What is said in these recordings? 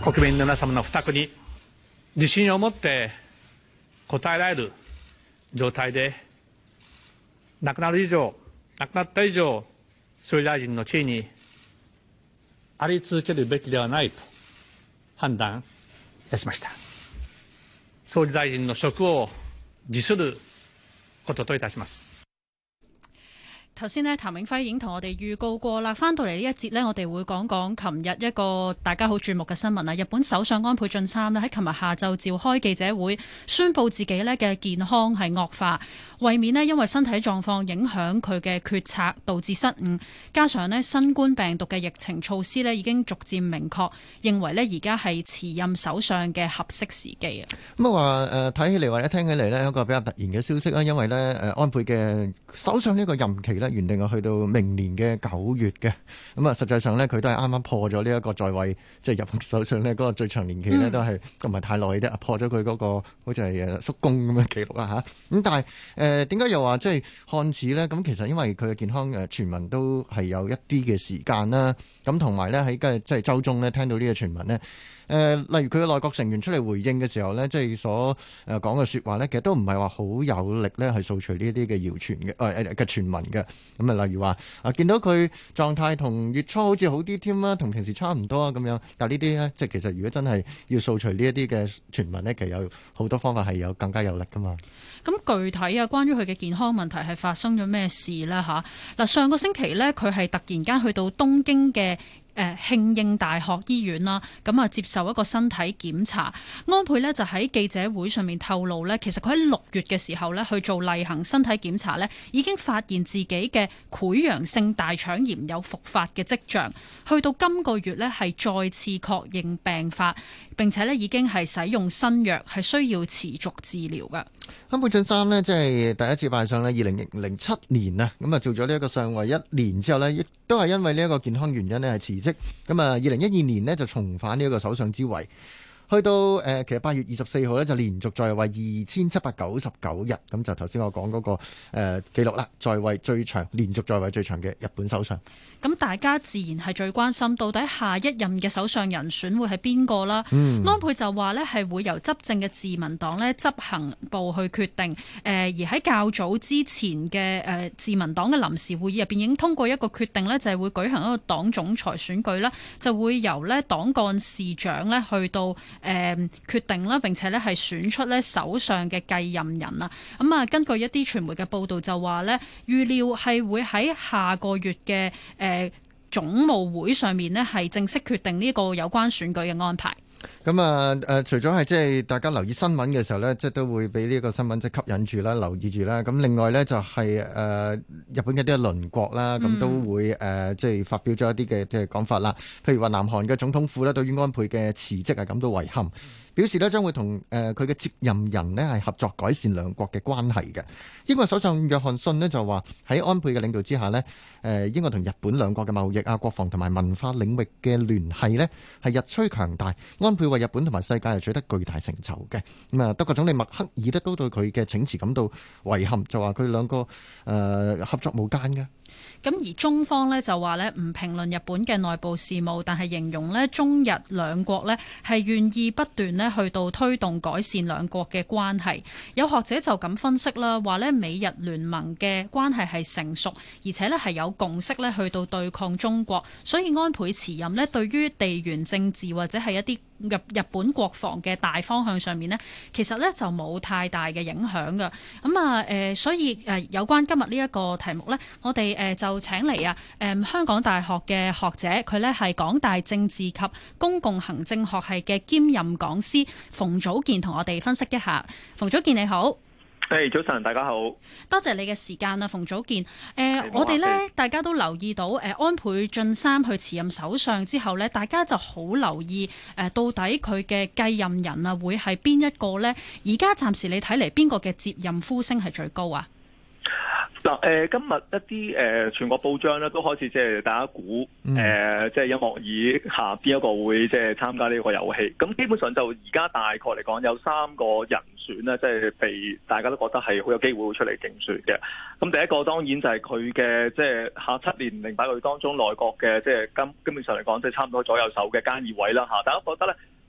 国民の皆様の負託に自信を持って応えられる状態で亡くなった以上、総理大臣の地位にあり続けるべきではないと判断いたしました。総理大臣の職を辞することといたします。 頭先呢，譚永輝已經同我哋預告過啦。翻到嚟呢一節呢，我哋會講講琴日一個大家好注目嘅新聞啊。日本首相安倍晉三呢喺琴日下晝召開記者會，宣布自己呢嘅健康係惡化，為免呢因為身體狀況影響佢嘅決策，導致失誤。加上呢新冠病毒嘅疫情措施呢已經逐漸明確，認為呢而家係辭任首相嘅合適時機啊。 咁啊話睇起嚟或者聽起嚟呢，一個比較突然嘅消息啦，因為呢安倍嘅首相呢個任期呢，原定係去到明年嘅9月嘅，咁啊實際上呢，佢都係啱啱破咗呢一個在位即係入首相呢嗰個最長年期呢，都係唔係太耐啫，破咗佢嗰個好似係叔公咁嘅記錄啦嚇。咁但係點解又話即係看似呢？咁其實因為佢嘅健康傳聞都係有一啲嘅時間啦，咁同埋呢，喺即係週中呢，聽到呢個傳聞呢。例如佢嘅內閣成員出嚟回應嘅時候呢，即係所講嘅説話呢，其實都唔係話好有力呢，係掃除呢啲嘅謠傳嘅傳聞嘅。咁啊，例如話見到佢狀態同月初好似好啲添啦，同平時差唔多啊咁樣。但係呢啲呢，即係其實如果真係要掃除呢一啲嘅傳聞呢，其實有好多方法係有更加有力噶嘛。 咁具體啊，關於佢嘅健康問題係發生咗咩事呢？嗱，上個星期呢，佢係突然間去到東京嘅慶應大學醫院啦，咁啊接受一個身體檢查。安倍呢就喺記者會上面透露呢，其實佢喺6月嘅時候呢去做例行身體檢查呢，已經發現自己嘅潰瘍性大腸炎有復發嘅跡象。去到今個月呢係再次確認病發，並且呢已經係使用新藥，係需要持續治療㗎。 安倍晉三呢，即係第一次拜上呢2007年啊，咁啊做咗呢一個上位1年之後呢，亦都係因為呢一個健康原因呢係辭職。咁啊2012年呢就重返呢一個首相之位。去到其實8月24號呢，就連續在位2799日，咁就頭先我講嗰個記錄啦，在位最長，連續在位最長嘅日本首相。 咁大家自然係最關心，到底下一任嘅首相人選會係邊個啦？安倍就話呢係會由執政嘅自民黨呢執行部去決定。而喺較早之前嘅自民黨嘅臨時會議入邊已經通過一個決定呢，就係會舉行一個黨總裁選舉啦，就會由呢黨幹事長呢去到決定啦，並且咧係選出咧首相嘅繼任人啊。咁啊，根據一啲傳媒嘅報道就話咧，預料係會喺下個月嘅總務會上面咧係正式決定呢個有關選舉嘅安排。 咁啊除咗係即係大家留意新聞嘅時候呢，即係都會俾呢個新聞即係吸引住啦、留意住啦。咁另外呢，就係日本嘅啲鄰國啦，咁都會即係發表咗一啲嘅即係講法啦。譬如話南韓嘅總統府呢，對於安倍嘅辭職係感到遺憾，表示呢將會同佢嘅接任人呢係合作改善兩國嘅關係嘅。英國首相約翰遜呢就話喺安倍嘅領導之下呢，英國同日本兩國嘅貿易啊、國防同埋文化領域嘅聯繫呢係日趨強大。安倍為日本同埋世界係取得巨大成就嘅。咁啊，德國總理默克爾呢都對佢嘅請辭感到遺憾，就話佢兩個合作無間嘅。 咁而中方呢就話呢唔評論日本嘅內部事務，但係形容呢中日兩國呢係願意不斷呢去到推動改善兩國嘅關係。有學者就咁分析啦，話呢美日聯盟嘅關係係成熟，而且呢係有共識呢去到對抗中國，所以安倍辭任呢對於地緣政治或者係一啲日本國防嘅大方向上面呢，其實呢就冇太大嘅影響㗎。咁啊所以有關今日呢一個題目呢，我哋就請嚟香港大學嘅學者，佢呢係港大政治及公共行政學系嘅兼任講師馮祖健，同我哋分析一下。馮祖健你好。 早晨，大家好， 多謝你嘅時間啊，馮祖健。我哋呢大家都留意到，安倍晉三去辭任首相之後呢，大家就好留意到底佢嘅繼任人啊會係邊一個呢？而家暫時你睇嚟邊個嘅接任呼聲係最高啊？ 嗱，今日一啲全國報章咧都開始即係大家估即係音樂椅下邊一個會即係參加呢個遊戲。咁基本上就而家大概嚟講有3個人選咧，即係被大家都覺得係好有機會會出嚟競選嘅。咁第一個當然就係佢嘅即係下7年零8個月當中內閣嘅即係基本上嚟講即係差唔多左右手嘅菅義偉啦嚇。大家覺得咧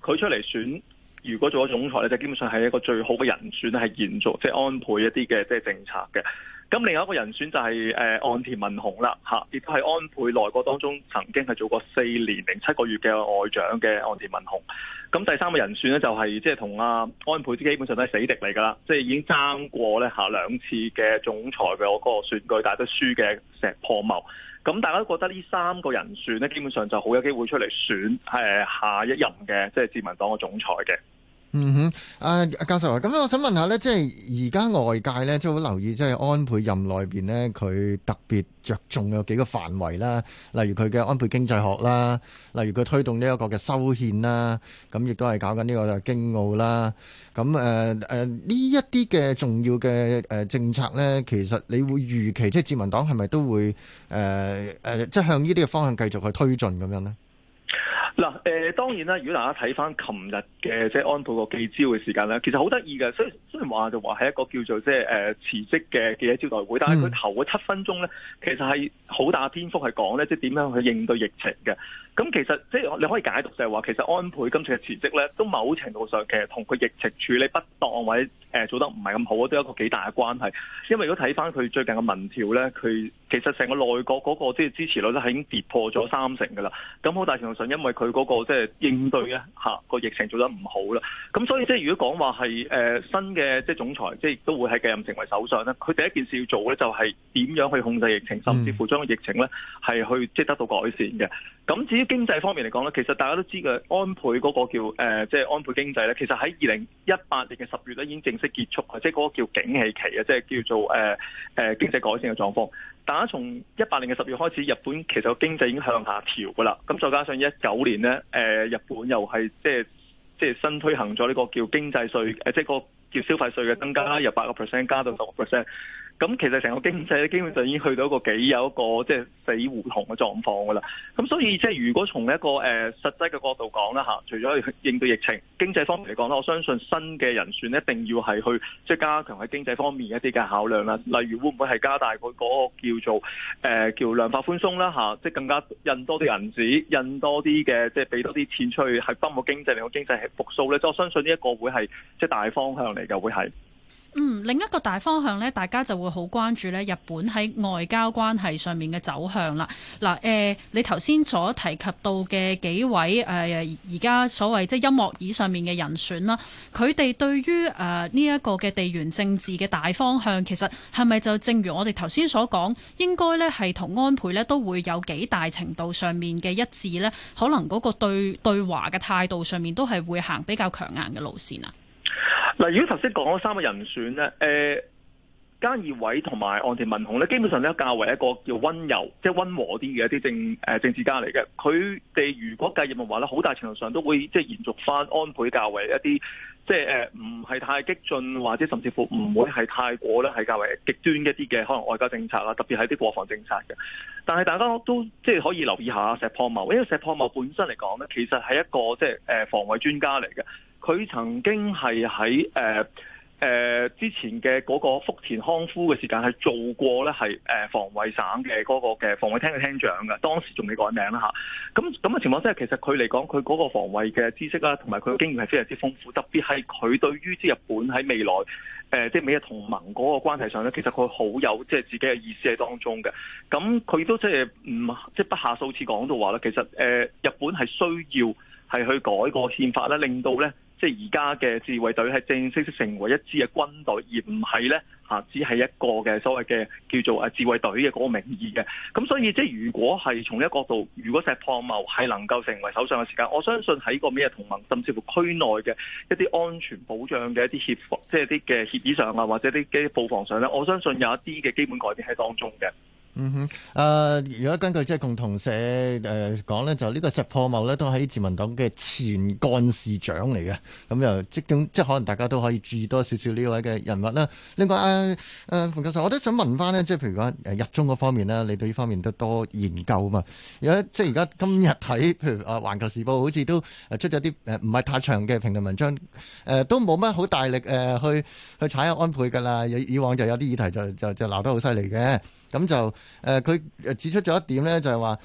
佢出嚟選，如果做咗總裁咧，就基本上係一個最好嘅人選，係延續即係安倍一啲嘅即係政策嘅。咁另外一個人選就係岸田文雄啦，亦都係安倍內閣當中曾經係做過4年零7個月嘅外長嘅岸田文雄。咁第三個人選咧就係即係同阿安倍基本上都係死敵嚟㗎啦，即係已經爭過咧2次嘅總裁嘅嗰個選舉，但係都輸嘅石破茂。咁大家都覺得呢3個人選咧，基本上就好有機會出嚟選下一任嘅即係自民黨嘅總裁嘅。 嗯哼，教授啊，咁我想問下呢，即係而家外界呢，都好留意，即係安倍任內邊呢，佢特別着重有幾個範圍啦，例如佢嘅安倍經濟學啦，例如佢推動呢一個嘅修憲啦，咁亦都係搞緊呢個京澳啦。咁呢一啲嘅重要嘅政策呢，其實你會預期即係自民黨係咪都會即係向呢啲嘅方向繼續去推進咁樣呢？ 嗱，當然啦，如果大家睇翻琴日嘅即係安倍個記招嘅時間咧，其實好得意嘅。雖然話就話係一個叫做即係辭職嘅記者招待會，但係佢頭嗰7分鐘咧，其實係好大篇幅係講咧，即係點樣去應對疫情嘅。咁其實即係你可以解讀就係話，其實安倍今次嘅辭職咧，都某程度上其實同佢疫情處理不當或者做得唔係咁好，都有一個幾大嘅關係。因為如果睇翻佢最近嘅民調咧，佢其實成個內閣嗰個即係支持率咧係已經跌破咗30%㗎啦。咁好大程度上因為佢嗰個即係應對咧個疫情做得唔好啦。咁所以即係如果講話係新嘅即係總裁，即係亦都會係繼任成為首相咧，佢第一件事要做咧就係點樣去控制疫情，甚至乎將個疫情咧係去即係得到改善嘅。咁至於經濟方面嚟講咧，其實大家都知嘅安倍嗰個叫即係安倍經濟咧，其實喺2018年嘅10月咧已經正式結束，即係嗰個叫景氣期啊，即係叫做經濟改善嘅狀況。但係從18年嘅10月開始，日本其實個經濟已經向下調㗎啦。咁再加上19年咧，日本又係即係新推行咗呢個叫經濟稅，即係個叫消費稅嘅增加，由8% 加到10%。咁其實成個經濟咧，基本上已經去到一個有一個即係死胡同嘅狀況㗎啦。咁所以即係如果從一個實際嘅角度講啦嚇，除咗去應對疫情，經濟方面嚟講咧，我相信新嘅人選一定要係去即係加強喺經濟方面一啲嘅考量啦。例如會唔會係加大嗰個叫做叫量化寬鬆啦嚇，即係更加印多啲銀紙，印多啲嘅即係俾多啲錢出去，係幫個經濟令個經濟係復甦咧。即係我相信呢一個會係即係大方向嚟嘅，會係。 另一個大方向呢，大家就會好關注呢日本喺外交關係上面嘅走向啦。嗱，你頭先所提及到嘅幾位而家所謂即係音樂椅上面嘅人選啦，佢哋對於呢一個嘅地緣政治嘅大方向，其實係咪就正如我哋頭先所講，應該呢係同安倍呢都會有幾大程度上面嘅一致呢？可能嗰個對華嘅態度上面都係會行比較強硬嘅路線啊？ 嗱，如果頭先講嗰3個人選咧，菅義偉同埋岸田文雄咧，基本上咧較為一個叫溫柔，即係溫和啲嘅一啲政治家嚟嘅。佢哋如果繼任嘅話咧，好大程度上都會即係延續翻安倍較為一啲即係唔係太激進，或者甚至乎唔會係太過咧係較為極端一啲嘅可能外交政策啦，特別係啲國防政策嘅。但係大家都即係可以留意下石破茂，因為石破茂本身嚟講咧，其實係一個即係防衛專家嚟嘅。佢曾經係喺之前嘅嗰個福田康夫嘅時間係做過咧係防衛省嘅嗰個嘅防衛廳嘅廳長嘅，當時仲未改名啦嚇。咁嘅情況之下，其實佢嚟講，佢嗰個防衛嘅知識啦，同埋佢嘅經驗係非常之豐富。特別係佢對於即係日本喺未來即係美日同盟嗰個關係上咧，其實佢好有即係自己嘅意思喺當中嘅。咁佢都即係即係不下數次講到話咧，其實日本係需要係去改個憲法咧，令到咧。即係而家嘅自衛隊係正式成為一支嘅軍隊，而唔係咧只係一個嘅所謂嘅叫做自衛隊嘅嗰個名義嘅。咁所以即係如果係從一個角度，如果石破茂係能夠成為首相嘅時間，我相信喺個美日同盟甚至乎區內嘅一啲安全保障嘅一啲即係啲嘅協議上啊，或者啲嘅布防上咧，我相信有一啲嘅基本改變喺當中嘅。 如果根據即係共同社講咧，就呢個石破茂咧都喺自民黨嘅前幹事長嚟嘅，咁又即係可能大家都可以注意多少少呢位嘅人物啦。另外馮教授，我都想問翻呢，即係譬如講日中嗰方面啦，你對呢方面都多研究嘛？即係而家今日睇，譬如環球時報好似都出咗啲唔係太長嘅評論文章，都冇乜好大力去踩下安倍㗎啦。以往就有啲議題就鬧得好犀利嘅，咁就佢指出咗一點咧，就係話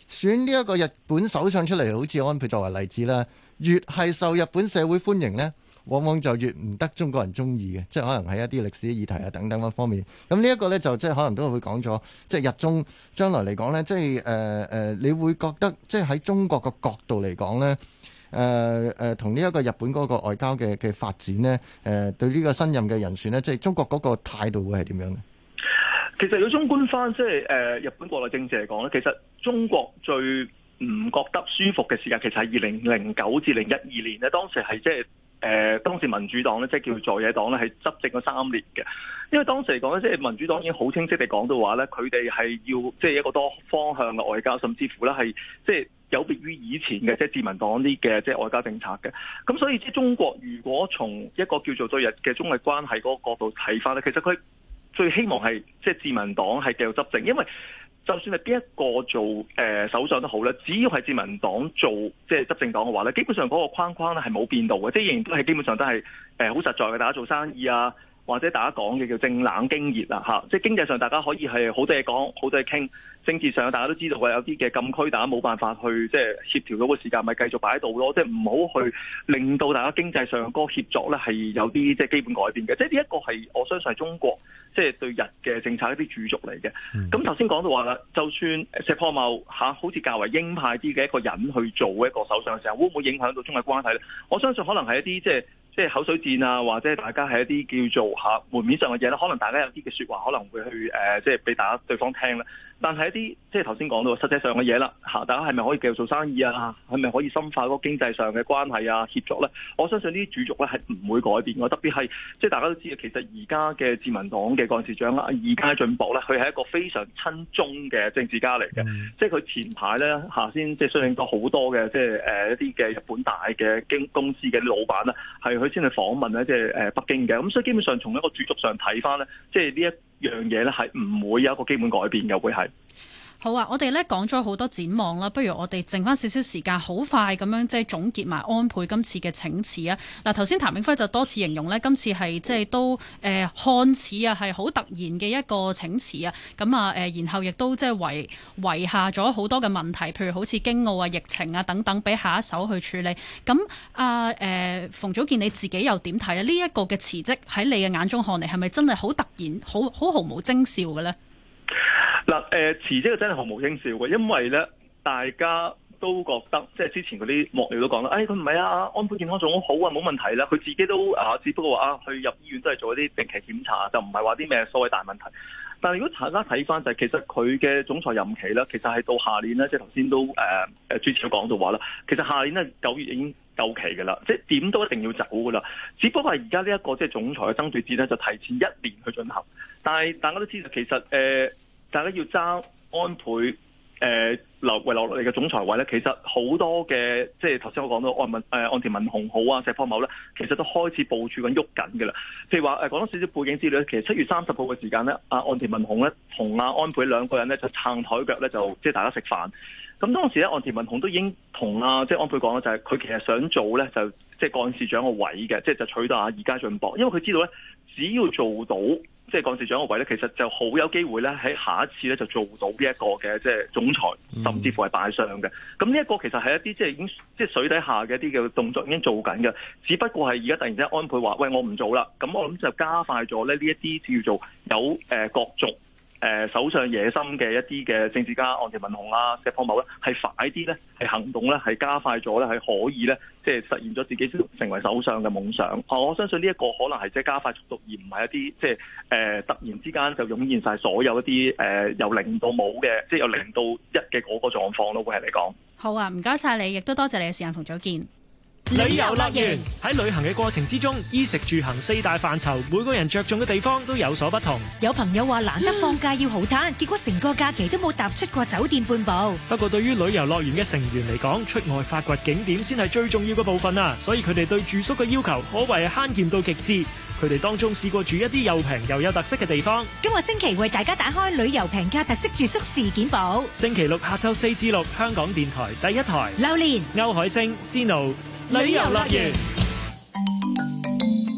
選呢一個日本首相出嚟，好似安倍作為例子啦，越係受日本社會歡迎呢，往往就越唔得中國人中意嘅，即係可能喺一啲歷史議題啊等等方面。咁呢一個呢，就即係可能都會講咗，即係日中將來嚟講呢，即係你會覺得即係喺中國個角度嚟講呢，同呢一個日本嗰個外交嘅發展呢，對呢個新任嘅人選呢，即係中國嗰個態度會係點樣呢？ 其實如果綜觀翻即係日本國內政治嚟講咧，其實中國最唔覺得舒服嘅時間，其實係2009至2012年咧，當時係即係當時民主黨咧，即係叫在野黨咧，係執政咗3年嘅。因為當時嚟講咧，即係民主黨已經好清晰地講到話咧，佢哋係要即係一個多方向嘅外交，甚至乎咧係即係有別於以前嘅即係自民黨啲嘅即係外交政策嘅。咁所以即係中國如果從一個叫做對日嘅中日關係嗰個角度睇翻咧，其實佢最希望係即係自民黨係繼續執政，因為就算係邊一個做首相都好咧，只要係自民黨做即係執政黨嘅話咧，基本上嗰個框框咧係冇變到嘅，即係仍然都係基本上都係好實在嘅，大家做生意啊，或者大家講嘅叫政冷經熱啊嚇，即係經濟上大家可以係好多嘢講，好多嘢傾。政治上大家都知道嘅，有啲嘅禁區大家冇辦法去即係協調到個時間，咪繼續擺喺度咯。即係唔好去令到大家經濟上嗰個協作咧係有啲即係基本改變嘅。即係呢一個係我相信係中國即係對日嘅政策一啲主軸嚟嘅。咁頭先講到話啦，就算石破茂好似較為鷹派啲嘅一個人去做一個首相嘅時候，會唔會影響到中日關係咧？我相信可能係一啲即係口水戰啊，或者大家係一啲叫做門面上嘅嘢咧，可能大家有啲嘅説話可能會去即係俾大家對方聽咧。但係一啲即係頭先講到實際上嘅嘢啦，大家係咪可以繼續做生意啊？係咪可以深化嗰個經濟上嘅關係啊、協作咧？我相信呢啲主軸咧係唔會改變嘅。特別係即係大家都知道，其實而家嘅自民黨嘅幹事長二階俊博咧，佢係一個非常親中嘅政治家嚟嘅。即係佢前排咧先即係率領咗好多嘅即係一啲嘅日本大嘅公司嘅老闆啦，係佢先去訪問咧即係北京嘅。咁所以基本上從一個主軸上睇翻咧，即係呢一樣嘢咧係唔會有一個基本改變嘅，會係。 好啊，我哋咧講咗好多展望啦，不如我哋剩翻少少時間，好快咁樣即係總結埋安倍今次嘅請辭啊！嗱，頭先譚永輝就多次形容咧，今次係即係都看似啊係好突然嘅一個請辭啊，咁啊然後亦都即係遺下咗好多嘅問題，譬如好似京澳啊、疫情啊等等，俾下一手去處理。咁馮祖建你自己又點睇啊？呢一個嘅辭職喺你嘅眼中看嚟，係咪真係好突然、好毫無徵兆嘅咧？ 嗱，辭職真係毫無徵兆嘅，因為咧大家都覺得即係之前嗰啲幕僚都講啦，佢唔係啊，安倍健康仲好好啊，冇問題啦，佢自己都只不過話去入醫院都係做一啲定期檢查，就唔係話啲咩所謂大問題。但係如果大家睇翻就係其實佢嘅總裁任期咧，其實係到下年咧，即係頭先都主持都講到話啦，其實下年咧9月已經夠期㗎啦，即係點都一定要走㗎啦。只不過係而家呢一個即係總裁嘅爭奪戰咧，就提前1年去進行。但係大家都知道其實大家要爭安倍落嚟嘅總裁位咧，其實好多嘅即係頭先我講到岸田文雄好啊、石破茂咧，其實都開始部署緊喐緊嘅啦。譬如話講多少少背景資料，其實7月30號嘅時間咧，岸田文雄咧同安倍兩個人咧就撐台腳咧，就即係大家食飯。咁當時咧，岸田文雄都已經同即係安倍講啦，就係佢其實想做咧就即係幹事長個位嘅，即係就取代二階俊博，因為佢知道咧，只要做到即係幹事長個位咧，其實就好有機會咧喺下一次咧就做到呢一個嘅即係總裁，甚至乎係拜相嘅。咁呢一個其實係一啲即係已經即係水底下嘅一啲嘅動作已經做緊嘅，只不過係而家突然之間安倍話：喂，我唔做啦。咁我諗就加快咗咧呢一啲叫做有國族首相野心嘅一啲嘅政治家，岸田文雄啊、石破茂咧，係快啲咧，係行動咧，係加快咗咧，係可以咧，即係實現咗自己成為首相嘅夢想。我相信呢一個可能係即係加快速度，而唔係一啲即係突然之間就湧現晒所有一啲由0到冇嘅，即係由0到1嘅嗰個狀況咯，會係嚟講。 好啊，唔該晒你，亦都多謝你嘅時間，馮祖建。 旅遊樂園喺旅行嘅過程之中，衣食住行4大範疇，每個人着重嘅地方都有所不同。 有朋友話難得放假要豪嘆，結果成個假期都冇踏出過酒店半步。 不過對於旅遊樂園嘅成員嚟講，出外發掘景點先係最重要嘅部分啊！所以佢哋對住宿嘅要求可謂係慳儉到極致。佢哋當中試過住一啲又平又有特色嘅地方。 今個星期為大家打開旅遊平價特色住宿事件簿。 星期六下晝4至6，香港電台第一台。 榴蓮、 歐海星、Sino。旅遊樂園。 西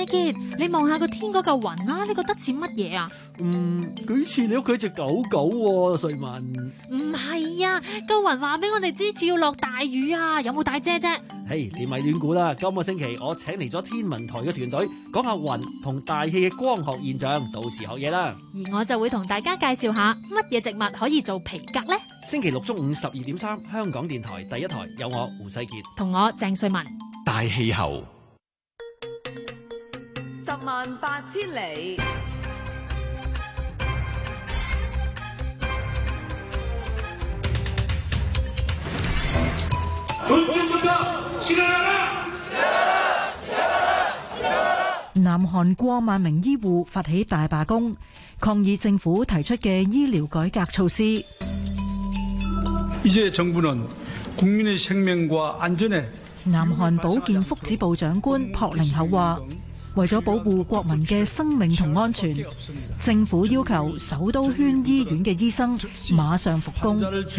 世傑，你望下個天嗰嚿雲啦，你覺得似乜嘢啊？ 佢似你屋企隻狗狗喎，瑞文。 唔係啊，個雲話俾我哋知似要落大雨啊，有冇帶遮啫？ 嘿，你咪亂估啦！今個星期我請嚟咗天文台嘅團隊，講下雲同大氣嘅光學現象，到時學嘢啦。 而我就會同大家介紹下乜嘢植物可以做皮革呢？ 星期六中午12:3，香港電台第一台有我胡世傑同我鄭瑞文。 大氣候 108000里。 南韓過萬名醫護發起大罷工，抗議政府提出嘅醫療改革措施。南韓保健福祉部長官朴令厚話，為咗保護國民嘅生命同安全，政府要求首都圈醫院嘅醫生馬上復工。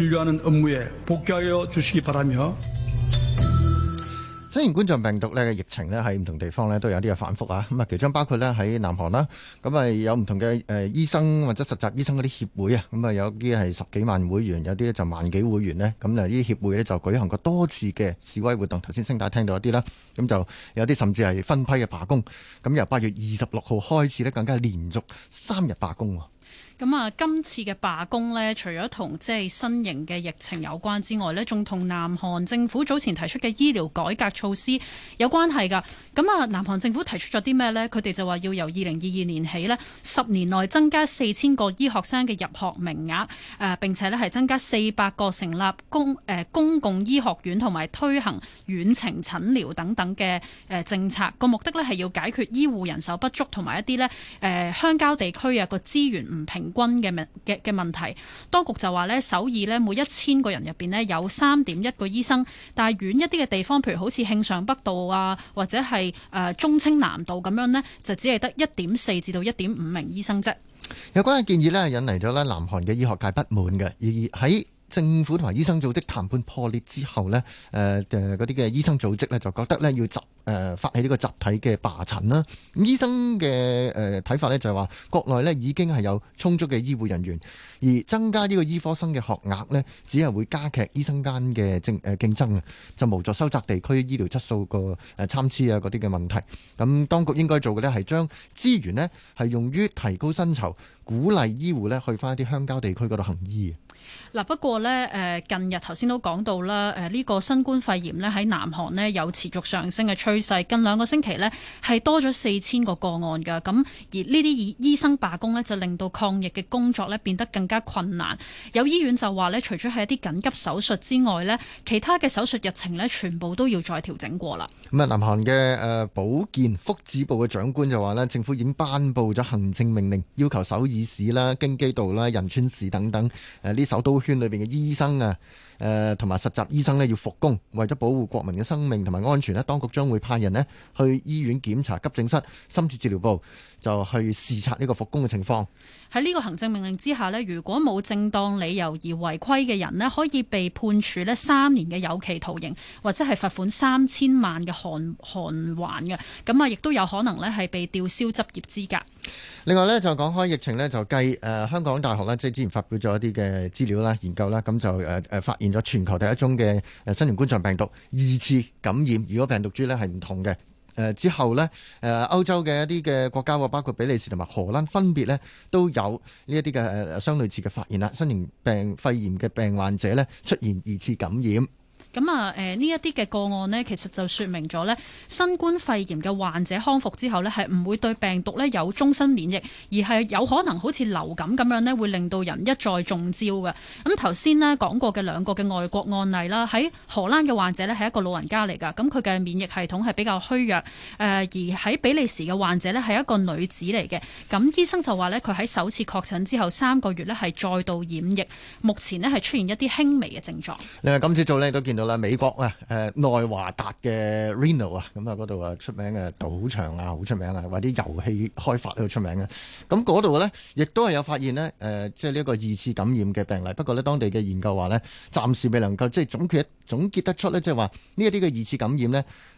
新型冠狀病毒咧嘅疫情咧喺唔同地方咧都有啲嘅反覆啊，咁啊其中包括咧喺南韓啦，咁啊有唔同嘅醫生或者實習醫生嗰啲協會啊，咁啊有啲係10幾萬會員，有啲咧就萬幾會員呢。咁啊呢啲協會咧就舉行過多次嘅示威活動，頭先聲帶聽到一啲啦，咁就有啲甚至係分批嘅罷工，咁由8月26號開始呢，更加係連續3日罷工。 咁啊，今次嘅罷工呢，除咗同即係新型嘅疫情有關之外呢，仲同南韓政府早前提出嘅醫療改革措施有關係㗎。咁啊，南韓政府提出咗啲咩呢？佢哋就話要由2022年起呢10年內增加4000個醫學生嘅入學名額，並且呢係增加400個成立公共醫學院同埋推行遠程診療等等嘅政策。個目的呢係要解決醫護人手不足同埋一啲呢鄉郊地區啊個資源唔平均嘅問題。當局就話呢，首爾呢每1000個人入邊呢有3.1個醫生，但係遠一啲嘅地方，譬如好似慶尚北道啊，或者係中清南道咁樣呢，就只係得1.4至到1.5名醫生啫。 有關嘅建議呢，引嚟咗呢南韓嘅醫學界不滿嘅，而喺政府同埋醫生組織談判破裂之後呢，嗰啲嘅醫生組織呢就覺得呢要發起呢個集體嘅罷診啦。咁醫生嘅睇法呢就係話，國內呢已經係有充足嘅醫護人員，而增加呢個醫科生嘅學額呢，只係會加劇醫生間嘅競爭啊，就無助收窄地區醫療質素個參差啊嗰啲嘅問題。咁當局應該做嘅呢係將資源呢係用於提高薪酬，鼓勵醫護呢去返一啲鄉郊地區嗰度行醫。 嗱，不過呢，近日頭先都講到啦，呢個新冠肺炎呢喺南韓呢有持續上升嘅趨勢，近2個星期呢係多咗4000個個案㗎。咁而呢啲醫生罷工呢，就令到抗疫嘅工作呢變得更加困難。有醫院就話呢，除咗係一啲緊急手術之外呢，其他嘅手術日程呢，全部都要再調整過啦。 咁啊，南韓嘅保健福祉部嘅長官就話呢，政府已經頒布咗行政命令，要求首爾市啦、京畿道啦、仁川市等等呢首都圈裏邊嘅醫生啊，同埋實習醫生呢要復工，為咗保護國民嘅生命同埋安全呢，當局將會派人呢去醫院檢查急症室、深切治療部，就去視察呢個復工嘅情況。 喺呢個行政命令之下呢，如果冇正當理由而違規嘅人呢，可以被判處呢3年嘅有期徒刑，或者係罰款3000萬嘅韓元嘅。咁啊，亦都有可能呢係被吊銷執業資格。 另外呢，就講開疫情呢，就繼香港大學呢，即係之前發表咗一啲嘅資料啦、研究啦，咁就發現咗全球第一宗嘅新型冠狀病毒2次感染。如果病毒株呢係唔同嘅。之後呢，歐洲嘅一啲嘅國家，包括比利時同埋荷蘭，分別呢都有呢一啲嘅相類似嘅發現啦。新型肺炎嘅病患者呢出現2次感染。 咁啊，呢一啲嘅個案呢，其實就說明咗呢，新冠肺炎嘅患者康復之後呢，係唔會對病毒呢有終身免疫，而係有可能好似流感咁樣呢，會令到人一再中招嘅。咁頭先呢講過嘅2個嘅外國案例啦，喺荷蘭嘅患者呢係一個老人家嚟㗎，咁佢嘅免疫系統係比較虛弱。而喺比利時嘅患者呢係一個女子嚟嘅，咁醫生就話呢，佢喺首次確診之後3個月呢係再度染疫，目前呢係出現一啲輕微嘅症狀。 另外今朝早呢都見到啦，美國啊，內華達嘅 Reno 啊，咁啊嗰度啊出名嘅賭場啊，好出名啊，或者遊戲開發都好出名嘅。咁嗰度呢，亦都係有發現呢，即係呢一個2次感染嘅病例。不過呢，當地嘅研究話呢，暫時未能夠即係總結得出呢，即係話呢一啲嘅2次感染呢，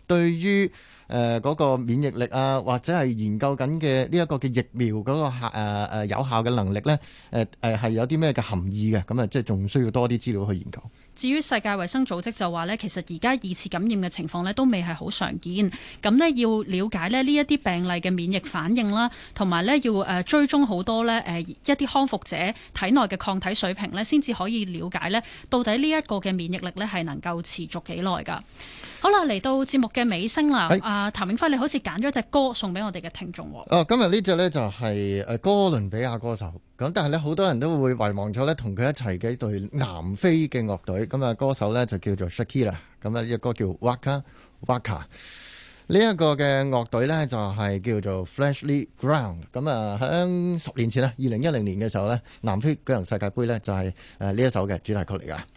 對於嗰個免疫力啊，或者係研究緊嘅呢一個嘅疫苗嗰個有效嘅能力咧，係有啲咩嘅含義嘅？咁啊，即係仲需要多啲資料去研究。 至於世界衛生組織就話呢，其實而家二次感染嘅情況呢都未係好常見，咁呢，要了解呢一啲病例嘅免疫反應啦，同埋呢要追蹤好多呢一啲康復者體內嘅抗體水平呢，先至可以了解呢到底呢一個嘅免疫力呢係能夠持續幾耐㗎。好啦，嚟到節目嘅尾聲啦，譚永輝，你好似揀咗隻歌送俾我哋嘅聽眾喎。 今日呢隻呢就係哥倫比亞歌手，咁但係呢好多人都會遺忘咗呢同佢一齊嘅一隊南非嘅樂隊，咁啊歌手呢就叫做 Shakira， 咁啊呢隻歌叫 Waka Waka。呢一個嘅樂隊呢就係叫做 Freshly Ground， 咁啊喺10年前啦，2010年嘅時候呢，南非舉行世界盃呢就係呢一首嘅主題曲嚟㗎。